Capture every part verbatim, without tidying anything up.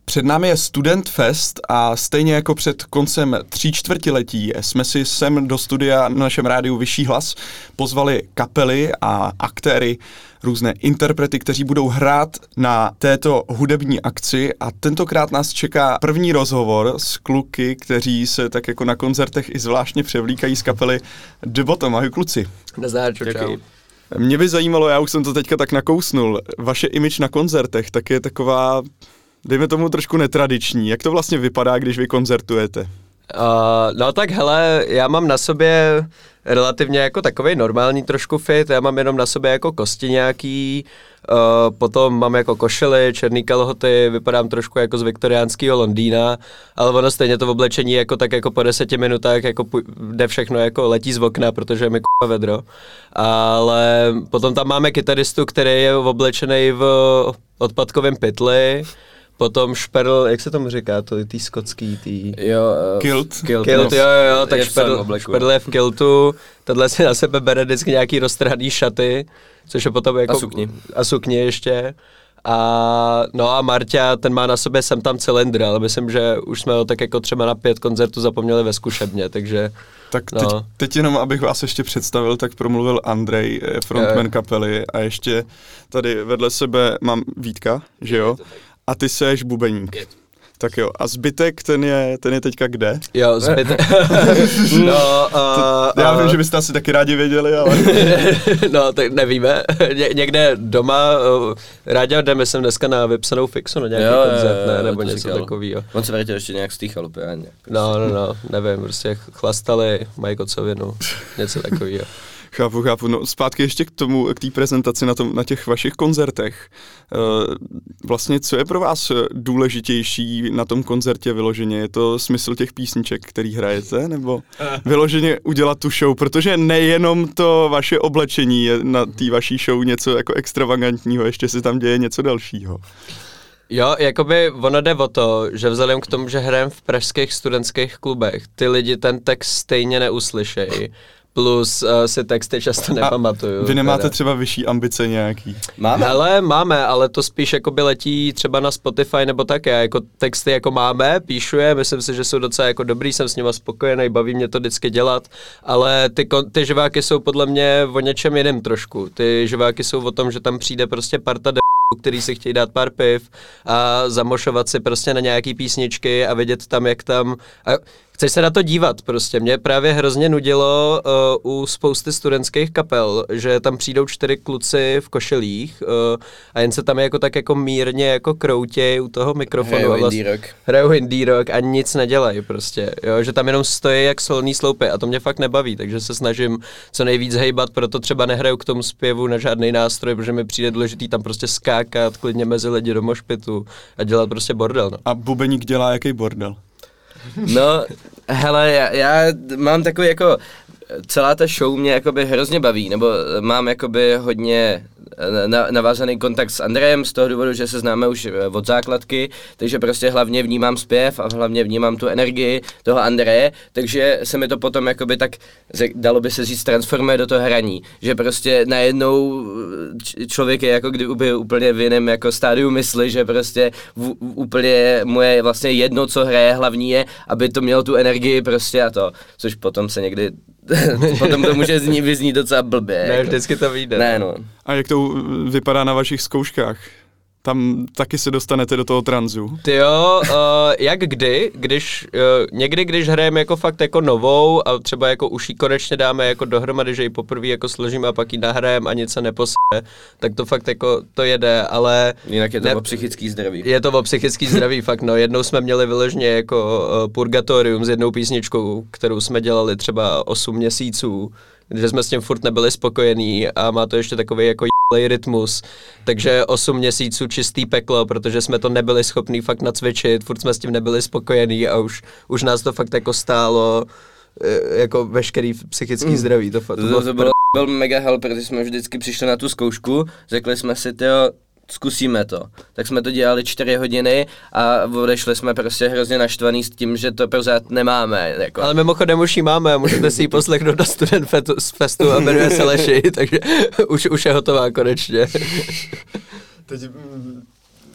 Před námi je Student Fest a stejně jako před koncem tří čtvrtiletí jsme si sem do studia na našem rádiu Vyšší hlas pozvali kapely a aktéry, různé interprety, kteří budou hrát na této hudební akci a tentokrát nás čeká první rozhovor s kluky, kteří se tak jako na koncertech i zvláštně převlíkají z kapely The Bottom. Ahoj kluci. Nazdar, čau, čau. Mě by zajímalo, já už jsem to teďka tak nakousnul, vaše image na koncertech tak je taková, dejme tomu trošku netradiční. Jak to vlastně vypadá, když vy koncertujete? Uh, no tak hele, já mám na sobě relativně jako takovej normální trošku fit, já mám jenom na sobě jako kosti nějaký, uh, potom mám jako košily, černý kalhoty, vypadám trošku jako z viktoriánského Londýna, ale ono stejně to v oblečení jako tak jako po deseti minutách jako jde všechno jako letí z okna, protože je mi k***a vedro, ale potom tam máme kytaristu, který je oblečený v odpadkovém pytli. Potom šperl, jak se tomu říká, to je tý skotský, tý... Jo, uh, kilt. Kilt, kilt, jo, jo, jo, tak je šperl, šperl je v kiltu, tohle si na sebe bere vždycky nějaký roztrhaný šaty, což je potom jako... A sukni. A sukni ještě. A no a Marťa, ten má na sobě sem tam cylindr, ale myslím, že už jsme ho tak jako třeba na pět koncertů zapomněli ve zkušebně, takže... Tak no. teď, teď jenom, abych vás ještě představil, tak promluvil Andrej, frontman je. kapely a ještě tady vedle sebe mám Vítka, že jo? A ty seš bubeník. Je. Tak jo, a zbytek, ten je, ten je teďka kde? Jo, zbytek... no, uh, Já uh, vím, že byste asi taky rádi věděli, ale... no, tak nevíme. Ně, někde doma, uh, rádi jdeme jsem dneska na vypsanou fixu, na nějaký jo, koncert, ne, nebo něco říkal. takového. On se vrátil ještě nějak z té chalupy, a nějak. No, no, no, nevím, prostě chlastali, mají kocovinu, něco takového. Chápu, chápu. No zpátky ještě k tomu, k té prezentaci na, tom, na těch vašich koncertech. Uh, vlastně, co je pro vás důležitější na tom koncertě vyloženě? Je to smysl těch písniček, který hrajete, nebo vyloženě udělat tu show? Protože nejenom to vaše oblečení je na té vaší show něco jako extravagantního, ještě se tam děje něco dalšího. Jo, jakoby ono jde o to, že vzhledem k tomu, že hrajeme v pražských studentských klubech, ty lidi ten text stejně neuslyšejí. Plus uh, si texty často nepamatuju. Vy nemáte teda. třeba vyšší ambice nějaký? Máme? Hele, máme, ale to spíš jakoby letí třeba na Spotify nebo tak. Já jako texty jako máme, píšu je, myslím si, že jsou docela jako dobrý, jsem s nima spokojený, baví mě to vždycky dělat, ale ty, ty živáky jsou podle mě o něčem jiném trošku. Ty živáky jsou o tom, že tam přijde prostě parta de který si chtějí dát pár piv a zamošovat si prostě na nějaký písničky a vidět tam, jak tam... A chceš se na to dívat prostě. Mě právě hrozně nudilo uh, u spousty studentských kapel, že tam přijdou čtyři kluci v košelích uh, a jen se tam jako tak jako mírně jako kroutěj u toho mikrofonu. Hrajou vlast... indie rock. Hrajou indie rock a nic nedělají prostě. Jo? Že tam jenom stojí jak solný sloupy a to mě fakt nebaví, takže se snažím co nejvíc hejbat, proto třeba nehraju k tomu zpěvu na žádný nástroj, protože mi přijde důležitý tam prostě skákat klidně mezi lidi do mošpitu a dělat prostě bordel. No. A bubeník dělá jaký bordel? No, hele, já, já mám takový jako, celá ta show mě jakoby hrozně baví, nebo mám jakoby hodně na, navázaný kontakt s Andrejem z toho důvodu, že se známe už od základky, takže prostě hlavně vnímám zpěv a hlavně vnímám tu energii toho Andreje, takže se mi to potom jakoby tak, dalo by se říct, transformuje do toho hraní, že prostě najednou člověk je jako kdyby úplně v jiném jako stádiu mysli, že prostě v, úplně mu je vlastně jedno, co hraje, hlavní je, aby to mělo tu energii prostě a to, což potom se někdy potom to může znít, vyznít docela blbě. Ne, jako. vždycky to vyjde. Ne, no. A jak to vypadá na vašich zkouškách? Tam taky se dostanete do toho tranzu. Tyjo, uh, jak kdy, když, uh, někdy, když hrajeme jako fakt jako novou a třeba jako už ji konečně dáme jako dohromady, že ji poprvé jako složíme a pak ji nahrajeme a nic se neposede, tak to fakt jako to jede, ale... Jinak je to ne, o psychický zdraví. Je to o psychický zdraví, fakt no. Jednou jsme měli vyloženě jako uh, Purgatorium s jednou písničkou, kterou jsme dělali třeba osm měsíců, že jsme s tím furt nebyli spokojení a má to ještě takový jako rytmus, takže osm měsíců čistý peklo, protože jsme to nebyli schopní fakt nacvičit, furt jsme s tím nebyli spokojení a už, už nás to fakt jako stálo jako veškerý psychický zdraví. To, to, to, to, to bylo, byl mega help, protože jsme vždycky přišli na tu zkoušku, řekli jsme si, tyjo, zkusíme to. Tak jsme to dělali čtyři hodiny a odešli jsme prostě hrozně naštvaný s tím, že to pořád nemáme. Jako. Ale mimochodem už ji máme, můžete si ji poslechnout na Student Festu a jmenuje se Leši, takže už, už je hotová konečně. Teď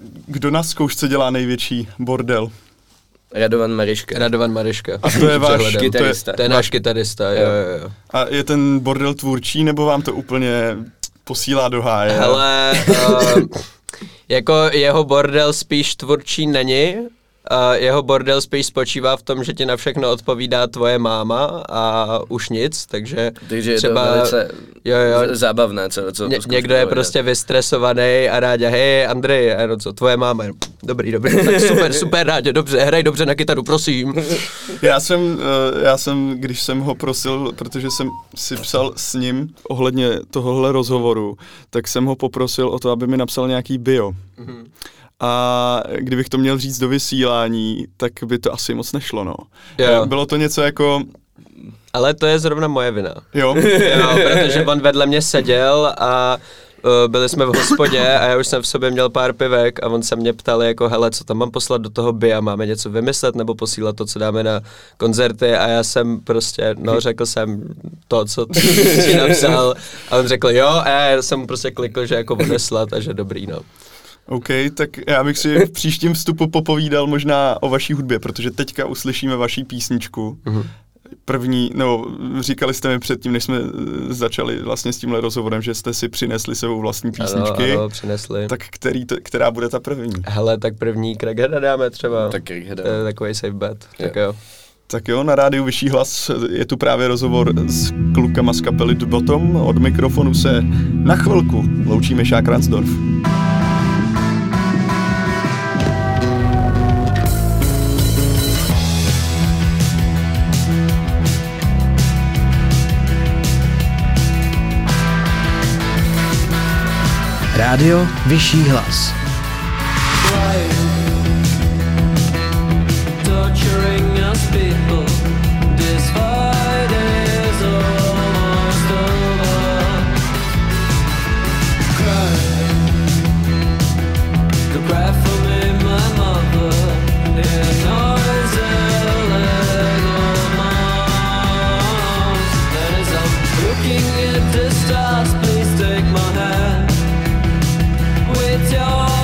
kdo na zkoušce dělá největší bordel? Radovan Mariška. Radovan Mariška. A to je váš kytarista. To je náš kytarista, jo, jo, jo. A je ten bordel tvůrčí, nebo vám to úplně posílá do háje? Hele, uh, jako jeho bordel spíš tvůrčí není. Uh, jeho bordel spíš spočívá v tom, že ti na všechno odpovídá tvoje máma a už nic, takže, takže třeba... je to velice jo, jo, zábavné, co, co ně, někdo je prostě vystresovaný a rád, hej Andrej, ano co, tvoje máma, dobrý, dobrý, tak super, super Rádě, dobře, hraj dobře na kytaru, prosím. Já jsem, já jsem, když jsem ho prosil, protože jsem si psal s ním ohledně tohohle rozhovoru, tak jsem ho poprosil o to, aby mi napsal nějaký bio. Mm-hmm. A kdybych to měl říct do vysílání, tak by to asi moc nešlo, no. Jo. Bylo to něco jako... Ale to je zrovna moje vina. Jo? Jo, protože on vedle mě seděl a uh, byli jsme v hospodě a já už jsem v sobě měl pár pivek a on se mě ptal jako, hele, co tam mám poslat do toho bia, máme něco vymyslet nebo posílat to, co dáme na koncerty a já jsem prostě, no řekl jsem to, co si napsal a on řekl jo a já jsem mu prostě klikl, že jako odeslat a že dobrý, no. OK, tak já bych si v příštím vstupu popovídal možná o vaší hudbě, protože teďka uslyšíme vaší písničku. Mm-hmm. První, no, říkali jste mi předtím, než jsme začali vlastně s tímhle rozhovorem, že jste si přinesli sebou vlastní písničky. Ano, ano, přinesli. Tak který to, která bude ta první? Hele, tak první Craigheada dáme třeba. Tak Craigheada. To je takový safe bet, jo. Tak jo. Tak jo, na rádiu Vyšší hlas je tu právě rozhovor s klukama z kapely The Bottom. Od mikrofonu se na chvilku loučí Šák Ransdorf. Rádio Vyšší hlas. With your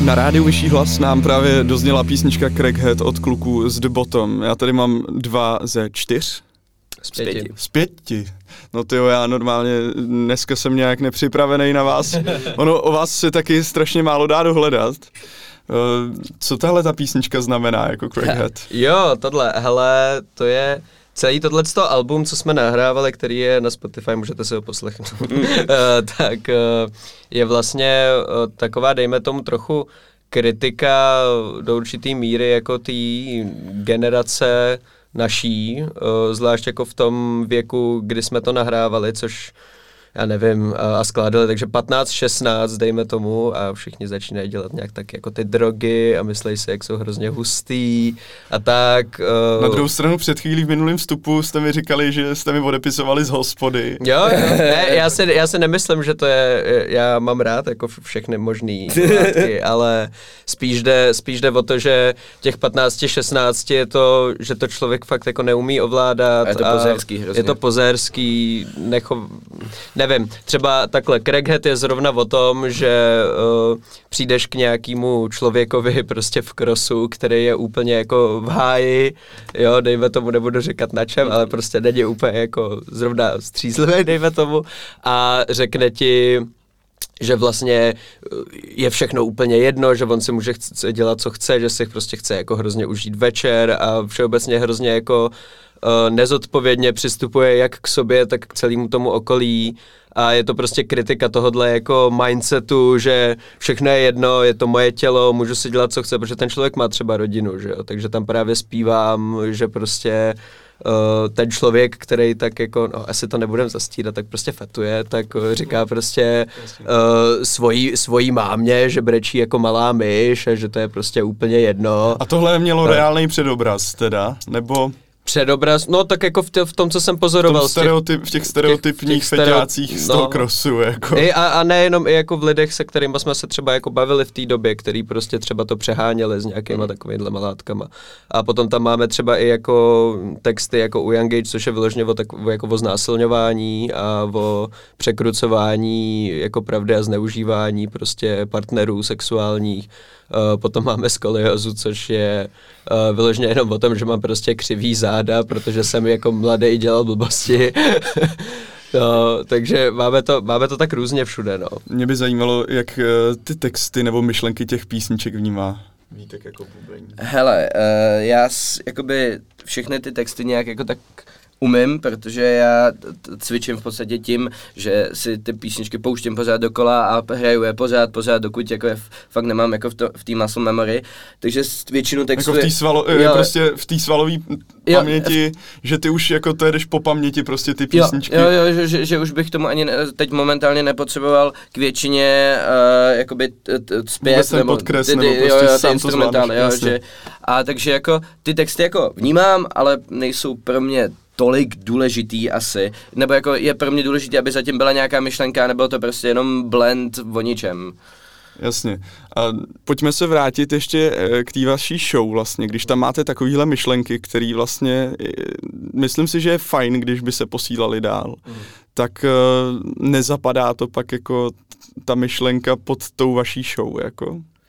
Na rádiu Vyšší hlas nám právě dozněla písnička Crackhead od kluků z The Bottom. Já tady mám dva ze čtyř. Z pěti. Z pěti. No tyjo, já normálně dneska jsem nějak nepřipravený na vás. Ono o vás se taky strašně málo dá dohledat. Co tahle ta písnička znamená jako Crackhead? Jo, tohle, hele, to je celý tohleto album, co jsme nahrávali, který je na Spotify, můžete si ho poslechnout, tak je vlastně taková, dejme tomu trochu kritika do určitý míry jako té generace naší, zvlášť jako v tom věku, kdy jsme to nahrávali, což já nevím, a skládali, takže patnáct šestnáct, dejme tomu, a všichni začínají dělat nějak tak jako ty drogy a myslejí si, jak jsou hrozně hustý a tak. Uh... Na druhou stranu před chvílí v minulém vstupu jste mi říkali, že jste mi odepisovali z hospody. Jo, jo. Ne, já, si, já si nemyslím, že to je, já mám rád jako všechny možný látky, ale spíš jde, spíš jde o to, že těch patnáct šestnáct je to, že to člověk fakt jako neumí ovládat. A je to pozérský hrozně. Je to pozérský, nechov... Nevím, třeba takhle, Crackhead je zrovna o tom, že uh, přijdeš k nějakému člověkovi prostě v krosu, který je úplně jako v háji, jo, dejme tomu, nebudu říkat na čem, ale prostě není úplně jako zrovna střízlivý, dejme tomu, a řekne ti, že vlastně je všechno úplně jedno, že on si může chce dělat, co chce, že si prostě chce jako hrozně užít večer a všeobecně hrozně jako uh, nezodpovědně přistupuje jak k sobě, tak k celému tomu okolí. A je to prostě kritika tohodle jako mindsetu, že všechno je jedno, je to moje tělo, můžu si dělat, co chce, protože ten člověk má třeba rodinu, že jo, takže tam právě zpívám, že prostě uh, ten člověk, který tak jako, no asi to nebudem zastírat, tak prostě fetuje, tak uh, říká prostě uh, svojí, svojí mámě, že brečí jako malá myš a že to je prostě úplně jedno. A tohle mělo reálný předobraz teda, nebo... Předobraz, no tak jako v, tě, v tom, co jsem pozoroval. V, stereotyp, v těch stereotypních těch, těch feťácích stereo, z toho no, crossu, jako. I, a, a nejenom i jako v lidech, se kterými jsme se třeba jako bavili v té době, který prostě třeba to přeháněli s nějakýma mm. takovýmhle malátkama. A potom tam máme třeba i jako texty jako u Young Age, což je vyloženě o, tak, o, jako o znásilňování a o překrucování jako pravdy a zneužívání prostě partnerů sexuálních. Uh, potom máme skoliozu, což je uh, vyloženě jenom o tom, že mám prostě křivý záda, protože jsem jako mladý dělal blbosti. No, takže máme to, máme to tak různě všude, no. Mě by zajímalo, jak uh, ty texty nebo myšlenky těch písniček vnímá Vítek jako Bubení. Hele, uh, já s, jakoby všechny ty texty nějak jako tak umím, protože já cvičím v podstatě tím, že si ty písničky pouštím pořád dokola a hraju je pořád, pořád, dokud jako je, fakt nemám jako v, to, v té muscle memory, takže většinu textů... Jako v té svalo, prostě v té svalové paměti, jo, že ty už jako to jedeš po paměti prostě ty písničky. Jo, jo, jo že, že, že už bych tomu ani ne, teď momentálně nepotřeboval k většině uh, jakoby zpět, nebo podkres, ty, ty, nebo prostě jo, jo, sám ty instrumentály, jo, že, a takže jako ty texty jako vnímám, ale nejsou pro mě tolik důležitý asi, nebo jako je pro mě důležitý, aby zatím byla nějaká myšlenka, nebo to prostě jenom blend o ničem. Jasně. A pojďme se vrátit ještě k té vaší show vlastně, když tam máte takovýhle myšlenky, který vlastně, myslím si, že je fajn, když by se posílali dál, mm. tak nezapadá to pak jako ta myšlenka pod tou vaší show, jako?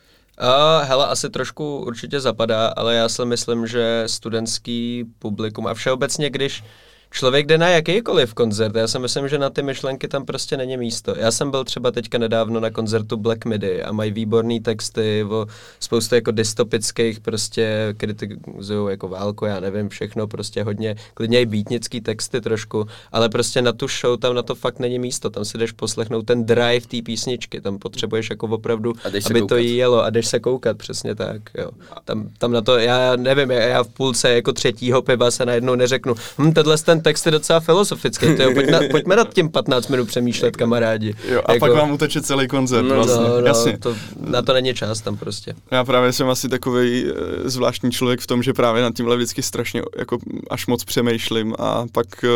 Uh, hele, asi trošku určitě zapadá, ale já si myslím, že studentský publikum a všeobecně, když člověk jde na jakýkoliv koncert, já si myslím, že na ty myšlenky tam prostě není místo. Já jsem byl třeba teďka nedávno na koncertu Black Midi a mají výborný texty o spoustu jako dystopických, prostě kritizují jako válku, já nevím, všechno, prostě hodně, klidně i beatnický texty trošku, ale prostě na tu show tam na to fakt není místo, tam si jdeš poslechnout ten drive té písničky, tam potřebuješ jako opravdu, aby to jí jelo a jdeš se koukat, přesně tak, jo. Tam, tam na to, já nevím, já v půlce jako třetího piva se najednou neřeknu, hm, tenhle ten text je docela filozofický, tyjo, pojďme, pojďme nad tím patnáct minut přemýšlet, kamarádi. Jo, a jako, pak vám uteče celý koncert no, vlastně, no, no, jasně. To, na to není čas tam prostě. Já právě jsem asi takovej e, zvláštní člověk v tom, že právě nad tímhle vždycky strašně jako až moc přemýšlím a pak e,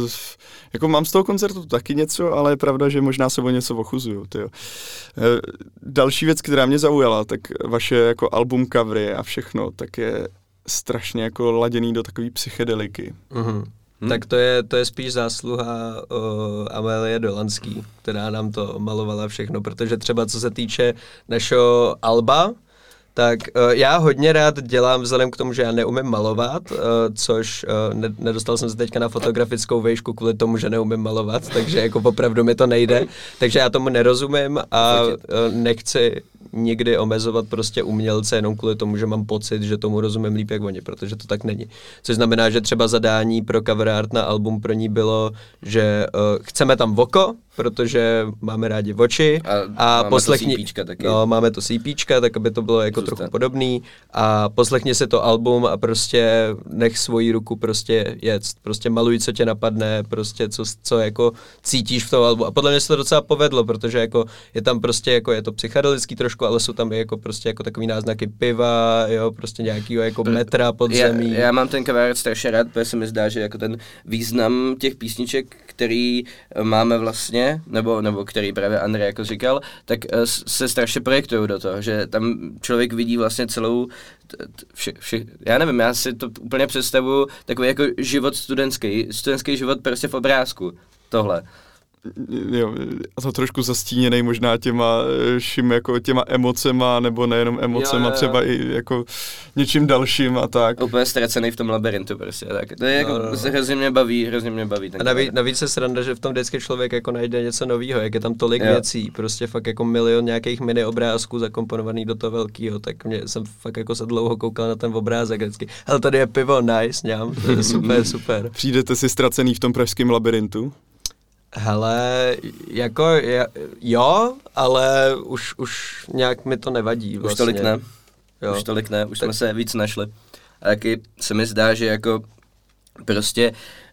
jako mám z toho koncertu taky něco, ale je pravda, že možná se o něco ochuzuju, tyjo. E, další věc, která mě zaujala, tak vaše jako album covery a všechno, tak je strašně jako laděný do takový psychedeliky. Mhm. Hmm. Tak to je, to je spíš zásluha o, Amélie Dolanský, která nám to malovala všechno, protože třeba co se týče našeho alba, tak uh, já hodně rád dělám vzhledem k tomu, že já neumím malovat, uh, což uh, ne, nedostal jsem se teďka na fotografickou vejšku kvůli tomu, že neumím malovat, takže jako opravdu mi to nejde, takže já tomu nerozumím a uh, nechci nikdy omezovat prostě umělce jenom kvůli tomu, že mám pocit, že tomu rozumím líp jak oni, protože to tak není. Což znamená, že třeba zadání pro cover art na album pro ní bylo, že uh, chceme tam voko, protože máme rádi oči a, a poslechni... To taky. No, máme to CPčka, tak aby to bylo jako Zůstat. trochu podobný a poslechni si to album a prostě nech svoji ruku prostě jet. Prostě maluj, co tě napadne, prostě co, co jako cítíš v tom albu. A podle mě se to docela povedlo, protože jako je tam prostě jako je to psychedelický trošku, ale jsou tam i jako prostě jako takový náznaky piva, jo, prostě nějakýho jako metra pod zemí. Já, já mám ten cover strašně rád, protože se mi zdá, že jako ten význam těch písniček, který máme vlastně, nebo, nebo který právě Andrej jako říkal, tak se strašně projektují do toho, že tam člověk vidí vlastně celou, vše, vše, já nevím, já si to úplně představuju takový jako život studentský, studentský život prostě v obrázku, tohle. Jo, a to trošku zastíněnej možná těma všim jako těma emocema, nebo nejenom emocema, jo, jo, jo. třeba i jako něčím dalším a tak. Úplně ztracený v tom labirintu prostě, tak. To je jako, no, no. se hrozně mě baví, hrozně mě baví. A navíc, navíc se sranda, že v tom vždycky člověk jako najde něco novýho, jak je tam tolik jo. věcí, prostě fakt jako milion nějakých mini obrázků zakomponovaných do toho velkýho, tak mě jsem fakt jako se dlouho koukal na ten obrázek vždycky. Ale tady je pivo, nice, ňám, to je super, super. Přijdete si ztracený v tom pražském labirintu? Hele, jako jo, ale už, už nějak mi to nevadí vlastně. Už tolik ne, jo. už tolik ne, už tak. jsme se víc našli. A taky se mi zdá, že jako prostě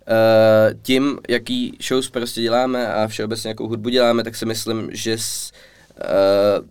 uh, tím, jaký shows prostě děláme a všeobecně jakou hudbu děláme, tak si myslím, že s, uh,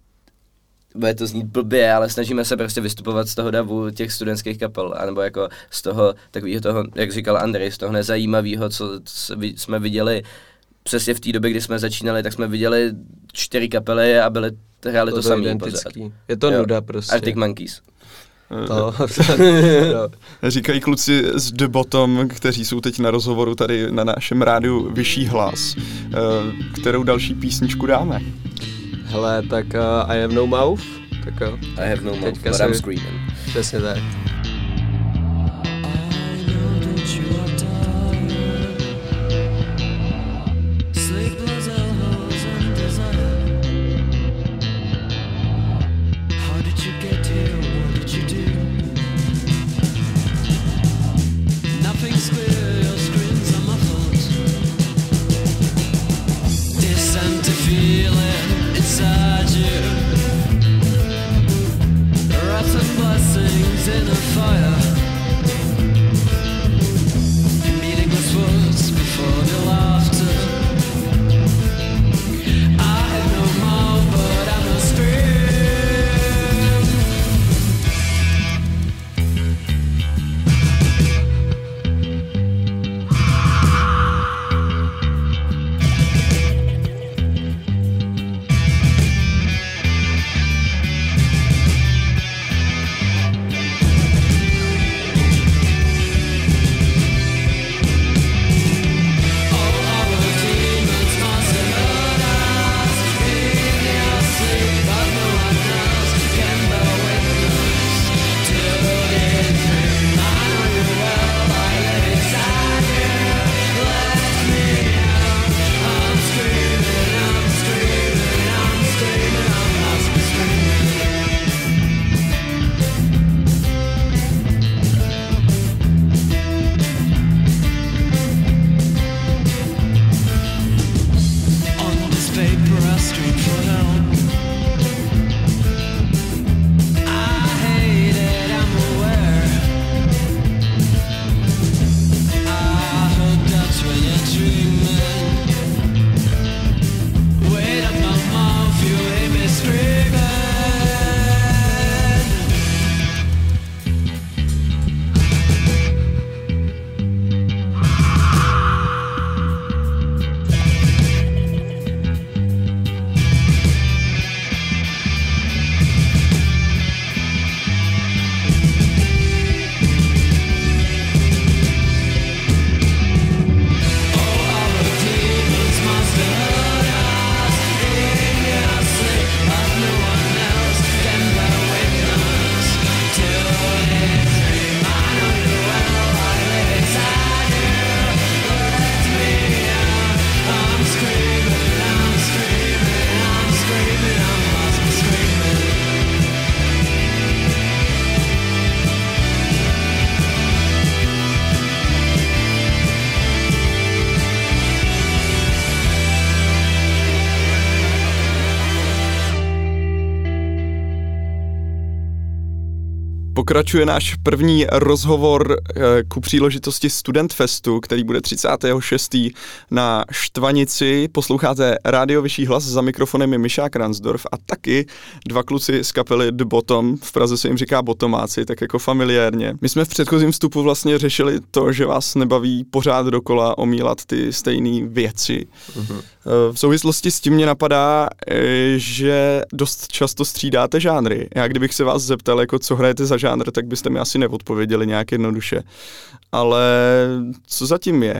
bude to znít blbě, ale snažíme se prostě vystupovat z toho davu těch studentských kapel, anebo jako z toho takového toho, jak říkal Andrej, z toho nezajímavého, co jsme viděli přesně v té době, kdy jsme začínali, tak jsme viděli čtyři kapely a byly, hráli to, to samý pořád. Je to jo. nuda prostě. Arctic Monkeys. To, no. Říkají kluci z The Bottom, kteří jsou teď na rozhovoru tady na našem rádiu Vyšší hlas. Kterou další písničku dáme? Hele, tak uh, I have no mouth, tak jo. I have no mouth, but I'm screaming. Přesně tak. In a pokračuje náš první rozhovor ku příležitosti Studentfestu, který bude třicátého šestého na Štvanici. Posloucháte Rádio Vyšší hlas, za mikrofonem je Mišák Ransdorf a taky dva kluci z kapely The Bottom. V Praze se jim říká botomáci, tak jako familiárně. My jsme v předchozím vstupu vlastně řešili to, že vás nebaví pořád dokola omílat ty stejné věci. Uh-huh. V souvislosti s tím mě napadá, že dost často střídáte žánry. Já kdybych se vás zeptal, jako co hrajete za žánr, tak byste mi asi neodpověděli nějak jednoduše. Ale co zatím je?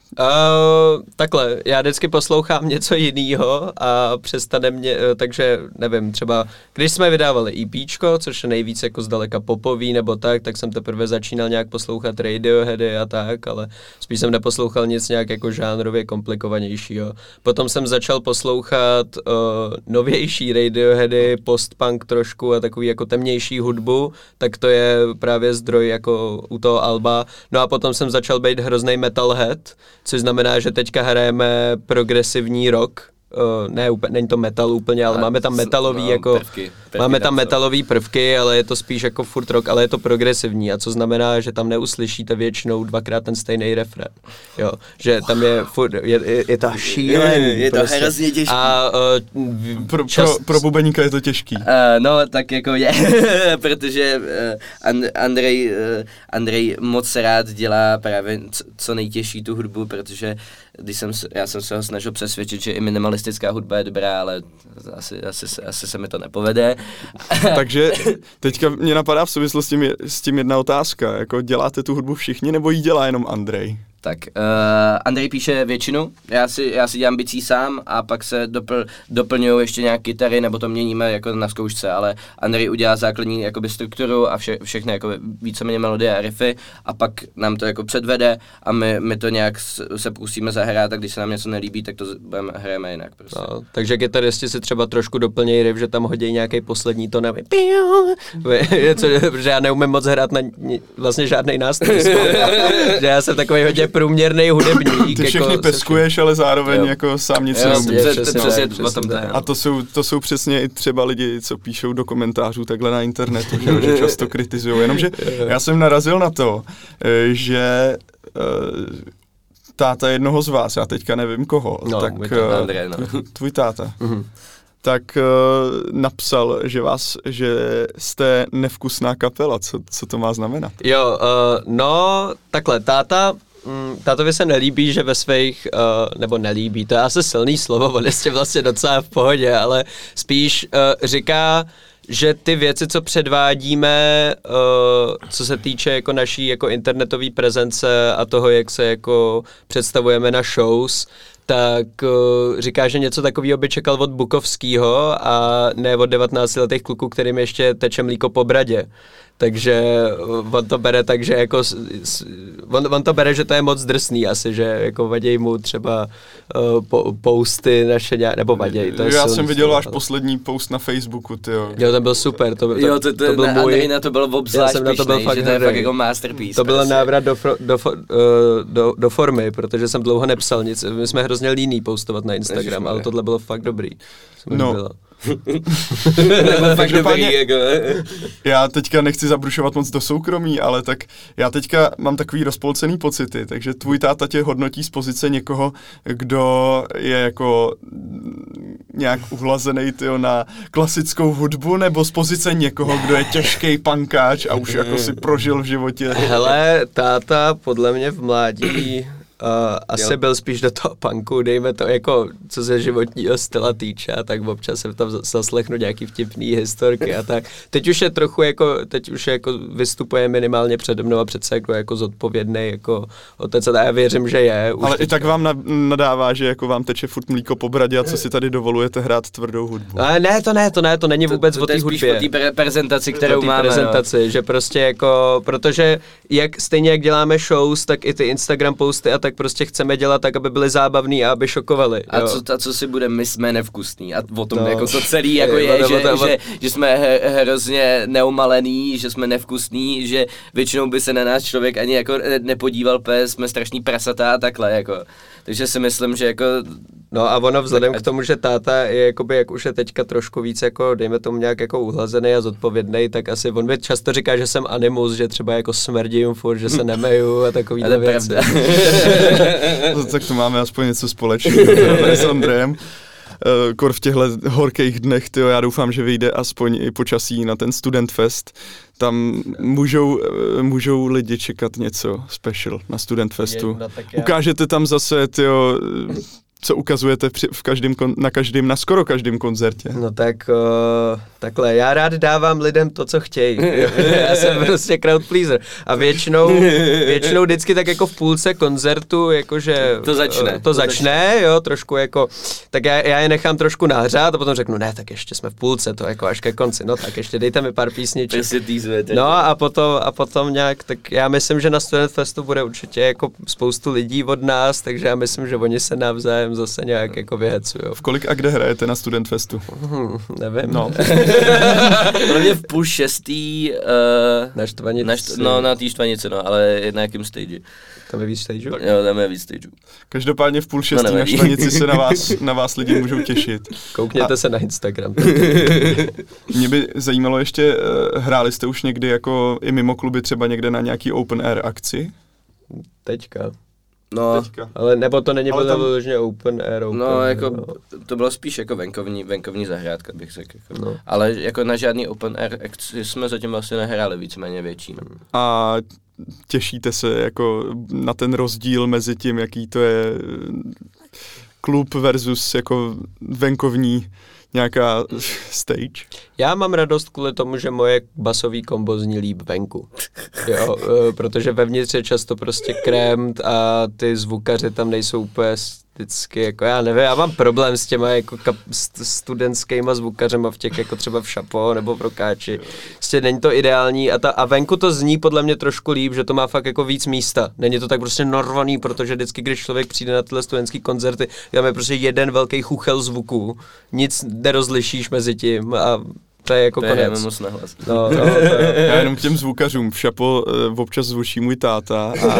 Uh, takhle, já vždycky poslouchám něco jiného a přestane mě, takže nevím, třeba když jsme vydávali EPčko, což je nejvíc jako zdaleka popový nebo tak, tak jsem teprve začínal nějak poslouchat Radioheady a tak, ale spíš jsem neposlouchal nic nějak jako žánrově komplikovanějšího. Potom jsem začal poslouchat uh, novější Radioheady, post-punk trošku a takový jako temnější hudbu, tak to je právě zdroj jako u toho alba. No a potom jsem začal být hroznej metalhead, což znamená, že teďka hrajeme progresivní rock. Uh, ne, úplně, není to metal úplně, ale a máme tam metalový, no, jako, prvky, prvky máme tam metalový prvky, ale je to spíš jako furt rock, ale je to progresivní, a co znamená, že tam neuslyšíte většinou dvakrát ten stejný refrén, jo, že tam je furt, je, je, je to šílený. Je, je to prostě hrozně těžký. A uh, pro, čas... pro, pro bubeníka je to těžký. Uh, no, tak jako je, protože uh, Andrej, uh, Andrej moc rád dělá právě co nejtěžší tu hudbu, protože když jsem, já jsem se ho snažil přesvědčit, že i minimalistická hudba je dobrá, ale asi, asi, asi se mi to nepovede. Takže teďka mě napadá v souvislosti s tím jedna otázka, jako děláte tu hudbu všichni, nebo ji dělá jenom Andrej? Tak, uh, Andrej píše většinu, já si, já si dělám bicí sám a pak se dopl, doplňují ještě nějak kytary, nebo to měníme jako na zkoušce, ale Andrej udělá základní jakoby strukturu a vše, všechny jakoby víceméně melodie a riffy a pak nám to jako předvede a my, my to nějak se pustíme zahrát a když se nám něco nelíbí, tak to budeme, hrajeme jinak prostě. No, takže kytaristi si třeba trošku doplnějí riff, že tam hodí nějaký poslední tón, protože já neumím moc hrát na vlastně žádnej nástroj, že já jsem takový hodně průměrný hudebník. Ty všechny jako peskuješ, ale zároveň jo. jako sám nic neumíš. A to jsou, to jsou přesně i třeba lidi, co píšou do komentářů takhle na internetu, že, že často kritizují. Jenomže já jsem narazil na to, že táta jednoho z vás, já teďka nevím koho, no, tak táta, Andrej, no. tvůj táta, uh-huh. tak uh, napsal, že vás, že jste nevkusná kapela. Co, co to má znamenat? Jo, uh, no takhle, táta, mm, tátovi se nelíbí, že ve svých, uh, nebo nelíbí, to je asi silný slovo, on je vlastně docela v pohodě, ale spíš uh, říká, že ty věci, co předvádíme, uh, co se týče jako naší jako internetové prezence a toho, jak se jako představujeme na shows, tak uh, říká, že něco takového by čekal od Bukovskýho a ne od devatenáctiletých kluků, kterým ještě teče mlíko po bradě. Takže on to bere tak, že jako, on, on to bere, že to je moc drsný asi, že jako vaděj mu třeba uh, po, posty naše nějak, nebo vaděj. To je Já silný, jsem viděl váš ale... poslední post na Facebooku, tyjo. Jo, ten byl super. To, to, jo, to, to, to byl na, můj... na to bylo obzvlášť pišnej, že to je fakt jako masterpiece. To byl návrat do, fro, do, uh, do, do formy, protože jsem dlouho nepsal nic. My jsme hrozně líní postovat na Instagram, ale tohle bylo fakt dobrý. No. fakt dobrý, jako. Já teďka nechci zabrušovat moc do soukromí, ale tak já teďka mám takový rozpolcený pocity, takže tvůj táta tě hodnotí z pozice někoho, kdo je jako nějak uhlazený tyjo, na klasickou hudbu, nebo z pozice někoho, kdo je těžký pankáč a už jako si prožil v životě. Hele, táta podle mě v mládí Uh, asi jo. byl spíš do toho punku, dejme to, jako co se životního styla týče, tak občas jsem tam zaslechnu nějaký vtipný historky a tak. Teď už je trochu jako, teď už je jako vystupuje minimálně přede mnou a přece jako, jako zodpovědný jako otec a já věřím, že je. Už ale teď, i tak vám nadává, že jako vám teče furt mlíko po bradě a co si tady dovolujete hrát tvrdou hudbu. Ale ne, to ne, to ne, to není vůbec to, o té hudbě. To je spíš o té prezentaci, kterou máme. prezentaci, no. Že prostě jako, protože jak stejně jak děláme shows, tak i ty Instagram posty a tak prostě chceme dělat tak, aby byly zábavný a aby šokovali. A co, a co si budeme, my jsme nevkusní a o tom no. jako to celý jako je, je že, že, že jsme hrozně neumalený, že jsme nevkusní, že většinou by se na nás člověk ani jako nepodíval, protože jsme strašní prasata a takhle jako. Takže si myslím, že jako No a ono vzhledem k tomu, že táta je jakoby, jak už je teďka trošku víc jako, dejme tomu nějak jako uhlazený a zodpovědný, tak asi on mi často říká, že jsem animus, že třeba jako smrdím furt, že se nemeju a takovýhle věci. No, tak to máme aspoň něco společného s Andrejem. Kor v těchto horkých dnech, tyjo, já doufám, že vyjde aspoň i počasí na ten Student Fest. Tam můžou, můžou lidi čekat něco special na Student Festu. Ukážete tam zase, tyjo, co ukazujete při, v každém, na každém, na skoro každém koncertě. No tak uh, takhle, já rád dávám lidem to, co chtějí. Já jsem prostě crowd pleaser. A většinou, většinou vždycky tak jako v půlce koncertu, jakože to začne. To, to začne, jo, trošku jako, tak já, já je nechám trošku nahřát a potom řeknu, ne, tak ještě jsme v půlce, to jako až ke konci, no tak ještě dejte mi pár písniček. No a potom, a potom nějak, tak já myslím, že na Student Festu bude určitě jako spoustu lidí od nás, takže já myslím, že oni se navzájem zase nějak jako vyhecujou. V kolik a kde hrajete na Student Festu? Hmm, nevím. No. Pro mě v půl šestý... Uh, na Štvanici. Na št- no, na té Štvanici, no, ale na jakém stage? Tam je víc stageů? Jo, tam je víc stageů. Každopádně v půl šestý no, na Štvanici se na vás, na vás lidi můžou těšit. Koukněte a... se na Instagram. Mě by zajímalo ještě, uh, hráli jste už někdy jako i mimo kluby třeba někde na nějaký open air akci? Teďka. No, Teďka. Ale nebo to není bylo vyloženě tam... open air, open no, air, jako, no. To bylo spíš jako venkovní, venkovní zahrádka, bych řekl. Jako. No. Ale jako na žádný open air akci jsme zatím vlastně nehráli, víceméně větší. No. A těšíte se jako na ten rozdíl mezi tím, jaký to je klub versus jako venkovní nějaká stage? Já mám radost kvůli tomu, že moje basový kombo zní líp venku. Jo, protože vevnitř je často prostě krémt a ty zvukaři tam nejsou úplně vždycky, jako já nevím, já mám problém s těma jako kap, studentskýma zvukařema v těch jako třeba v Šapo nebo v Rokáči. Prostě není to ideální a, ta, a venku to zní podle mě trošku líp, že to má fakt jako víc místa. Není to tak prostě narvaný, protože vždycky, když člověk přijde na tyhle studentský koncerty, tam je prostě jeden velký chuchel zvuků, nic nerozlišíš mezi tím a to je jako to konec. Je moc nahlas. No, no, to je. Já jenom k těm zvukařům. V Šapo uh, občas zvučí můj táta a,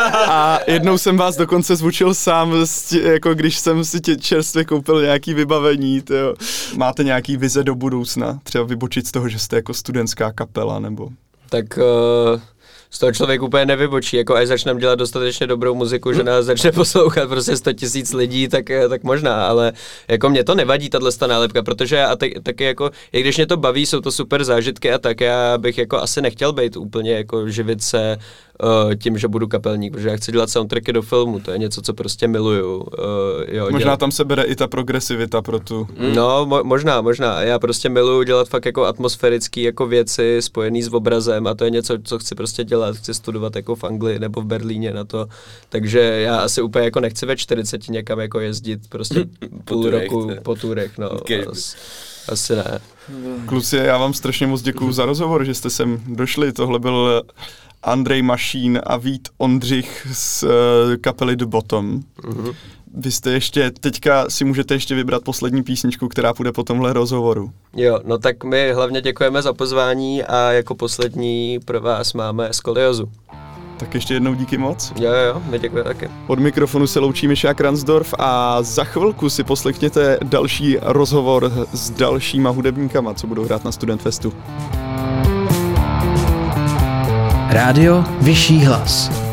a jednou jsem vás dokonce zvučil sám, stě, jako když jsem si tě čerstvě koupil nějaký vybavení. Tyjo. Máte nějaký vize do budoucna? Třeba vybočit z toho, že jste jako studentská kapela, nebo? Tak... Uh... z toho člověk úplně nevybočí, jako až začneme dělat dostatečně dobrou muziku, že nás začne poslouchat prostě sto tisíc lidí, tak, tak možná, ale jako mě to nevadí tato nálepka, protože já tak, taky jako, i když mě to baví, jsou to super zážitky a tak, já bych jako asi nechtěl být úplně jako živit se uh, tím, že budu kapelník, protože já chci dělat soundtracky do filmu, to je něco, co prostě miluju. Uh, jo, možná dělat. Tam se bere i ta progresivita pro tu... No, mo- možná, možná, já prostě miluju dělat fakt jako atmosférický jako věci spojený s obrazem a to je něco, co chci prostě dělat. Chci studovat jako v Anglii nebo v Berlíně na to, takže já asi úplně jako nechci ve čtyřiceti někam jako jezdit prostě půl turech, roku ne. po turech, no. Okay. As, asi ne. Kluci, já vám strašně moc děkuju za rozhovor, že jste sem došli. Tohle byl Andrej Mašín a Vít Ondřich z uh, kapely The Bottom. Uh-huh. Vy jste ještě, teďka si můžete ještě vybrat poslední písničku, která půjde po tomhle rozhovoru. Jo, no tak my hlavně děkujeme za pozvání a jako poslední pro vás máme Skoliozu. Tak ještě jednou díky moc. Jo, jo, my děkujeme taky. Od mikrofonu se loučí Mišák Ransdorf a za chvilku si poslechněte další rozhovor s dalšíma hudebníkama, co budou hrát na Student Festu. Rádio Vyšší hlas.